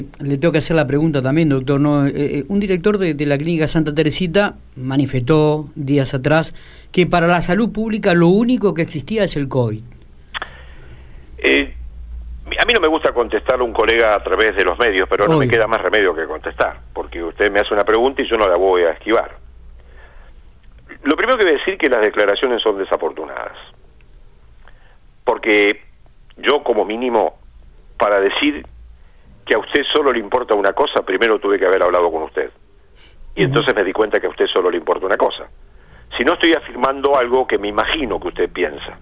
Le tengo que hacer la pregunta también, doctor. ¿No? Un director de la Clínica Santa Teresita manifestó días atrás que para la salud pública lo único que existía es el COVID. A mí no me gusta contestarle a un colega a través de los medios, pero no me queda más remedio que contestar, porque usted me hace una pregunta y yo no la voy a esquivar. Lo primero que voy a decir es que las declaraciones son desafortunadas, porque yo como mínimo, para decir que a usted solo le importa una cosa, primero tuve que haber hablado con usted. Y entonces me di cuenta que a usted solo le importa una cosa. Si no, estoy afirmando algo que me imagino que usted piensa.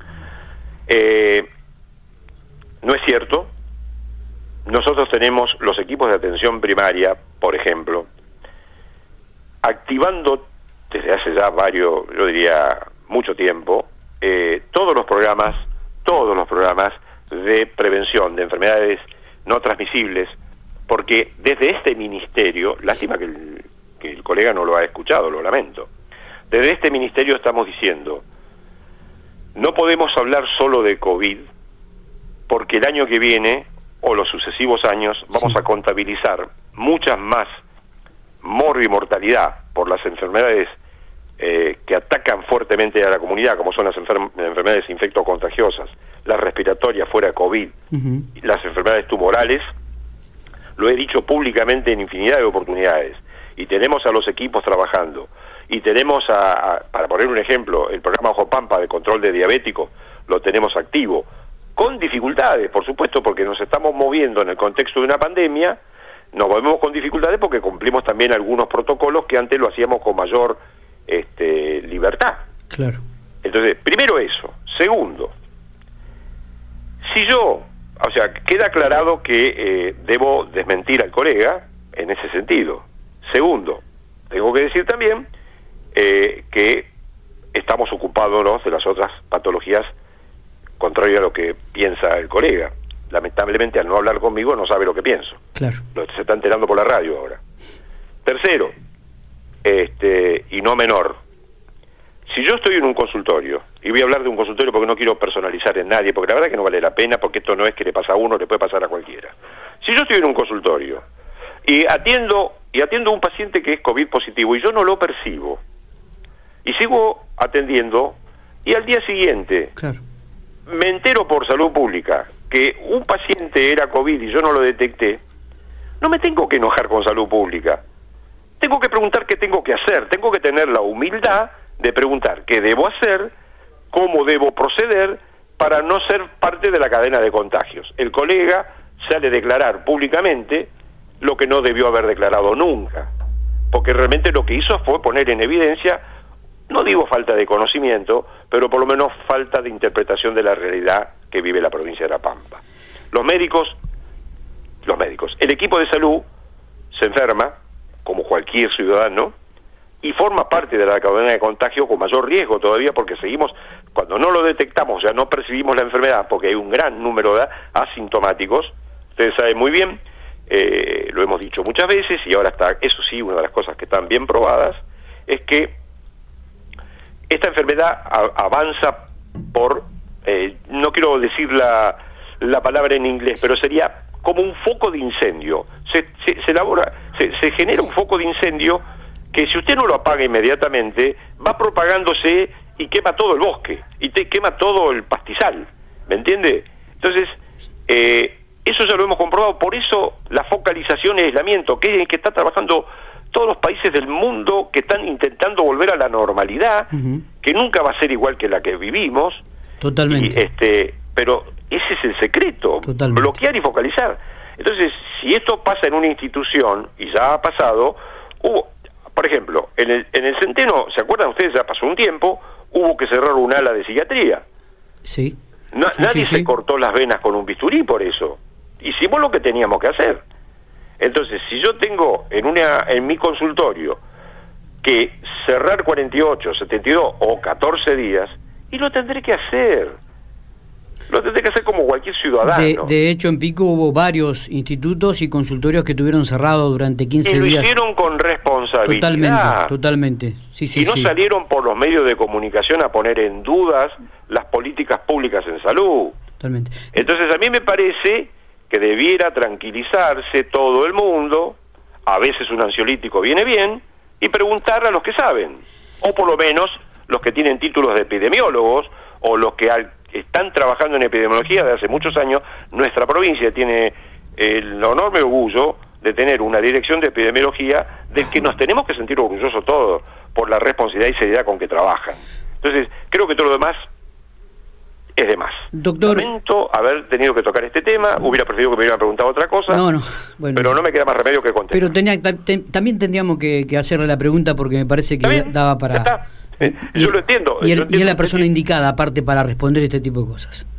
No es cierto. Nosotros tenemos los equipos de atención primaria, por ejemplo, activando desde hace ya yo diría mucho tiempo, todos los programas de prevención de enfermedades no transmisibles, porque desde este ministerio, lástima que el colega no lo ha escuchado, lo lamento, desde este ministerio estamos diciendo, no podemos hablar solo de COVID, porque el año que viene, o los sucesivos años, vamos a contabilizar muchas más mortalidad por las enfermedades que atacan fuertemente a la comunidad, como son las enfermedades infectocontagiosas, las respiratorias fuera de COVID, las enfermedades tumorales. Lo he dicho públicamente en infinidad de oportunidades, y tenemos a los equipos trabajando, y tenemos para poner un ejemplo, el programa Ojo Pampa de control de diabéticos, lo tenemos activo, con dificultades, por supuesto, porque nos estamos moviendo en el contexto de una pandemia, nos movemos con dificultades porque cumplimos también algunos protocolos que antes lo hacíamos con mayor libertad. Claro. Entonces, primero eso. Segundo, queda aclarado que debo desmentir al colega en ese sentido. Segundo, tengo que decir también que estamos ocupándonos de las otras patologías contrario a lo que piensa el colega. Lamentablemente, al no hablar conmigo, no sabe lo que pienso. Claro. Se está enterando por la radio ahora. Tercero, y no menor, si yo estoy en un consultorio, y voy a hablar de un consultorio porque no quiero personalizar en nadie, porque la verdad es que no vale la pena, porque esto no es que le pasa a uno, le puede pasar a cualquiera. Si yo estoy en un consultorio y atiendo a un paciente que es COVID positivo y yo no lo percibo, y sigo atendiendo, y al día siguiente me entero por salud pública que un paciente era COVID y yo no lo detecté, no me tengo que enojar con salud pública. Tengo que preguntar qué tengo que hacer, tengo que tener la humildad de preguntar qué debo hacer, cómo debo proceder para no ser parte de la cadena de contagios. El colega sale a declarar públicamente lo que no debió haber declarado nunca, porque realmente lo que hizo fue poner en evidencia, no digo falta de conocimiento, pero por lo menos falta de interpretación de la realidad que vive la provincia de La Pampa. Los médicos, el equipo de salud se enferma, como cualquier ciudadano, y forma parte de la cadena de contagio con mayor riesgo todavía, porque seguimos, cuando no lo detectamos, ya no percibimos la enfermedad, porque hay un gran número de asintomáticos. Ustedes saben muy bien, lo hemos dicho muchas veces, y ahora está, eso sí, una de las cosas que están bien probadas, es que esta enfermedad avanza por, no quiero decir la palabra en inglés, pero sería como un foco de incendio. Se genera un foco de incendio que si usted no lo apaga inmediatamente, va propagándose y quema todo el bosque, y quema todo el pastizal, ¿me entiende? Entonces, eso ya lo hemos comprobado, por eso la focalización y aislamiento, que está trabajando todos los países del mundo que están intentando volver a la normalidad, que nunca va a ser igual que la que vivimos. Totalmente. Pero ese es el secreto, bloquear y focalizar. Entonces, si esto pasa en una institución, y ya ha pasado, por ejemplo, en el Centeno, ¿se acuerdan ustedes? Ya pasó un tiempo, hubo que cerrar un ala de psiquiatría. Sí. Nadie se cortó las venas con un bisturí por eso. Hicimos lo que teníamos que hacer. Entonces, si yo tengo en mi consultorio que cerrar 48, 72 o 14 días, y lo tendré que hacer. Lo tendré que hacer como cualquier ciudadano. De hecho, en Pico hubo varios institutos y consultorios que tuvieron cerrados durante 15 días. Y lo hicieron con responsabilidad. Totalmente. Sí, y no salieron por los medios de comunicación a poner en dudas las políticas públicas en salud. Totalmente. Entonces, a mí me parece que debiera tranquilizarse todo el mundo, a veces un ansiolítico viene bien, y preguntarle a los que saben, o por lo menos los que tienen títulos de epidemiólogos, o los que están trabajando en epidemiología de hace muchos años. Nuestra provincia tiene el enorme orgullo de tener una dirección de epidemiología del que nos tenemos que sentir orgullosos todos por la responsabilidad y seriedad con que trabajan. Entonces, creo que todo lo demás es de más. Doctor, lamento haber tenido que tocar este tema, hubiera preferido que me hubieran preguntado otra cosa, bueno, pero no me queda más remedio que contestar. Pero también tendríamos que hacerle la pregunta porque me parece que daba para... Yo lo entiendo. Y es la persona indicada, aparte, para responder este tipo de cosas.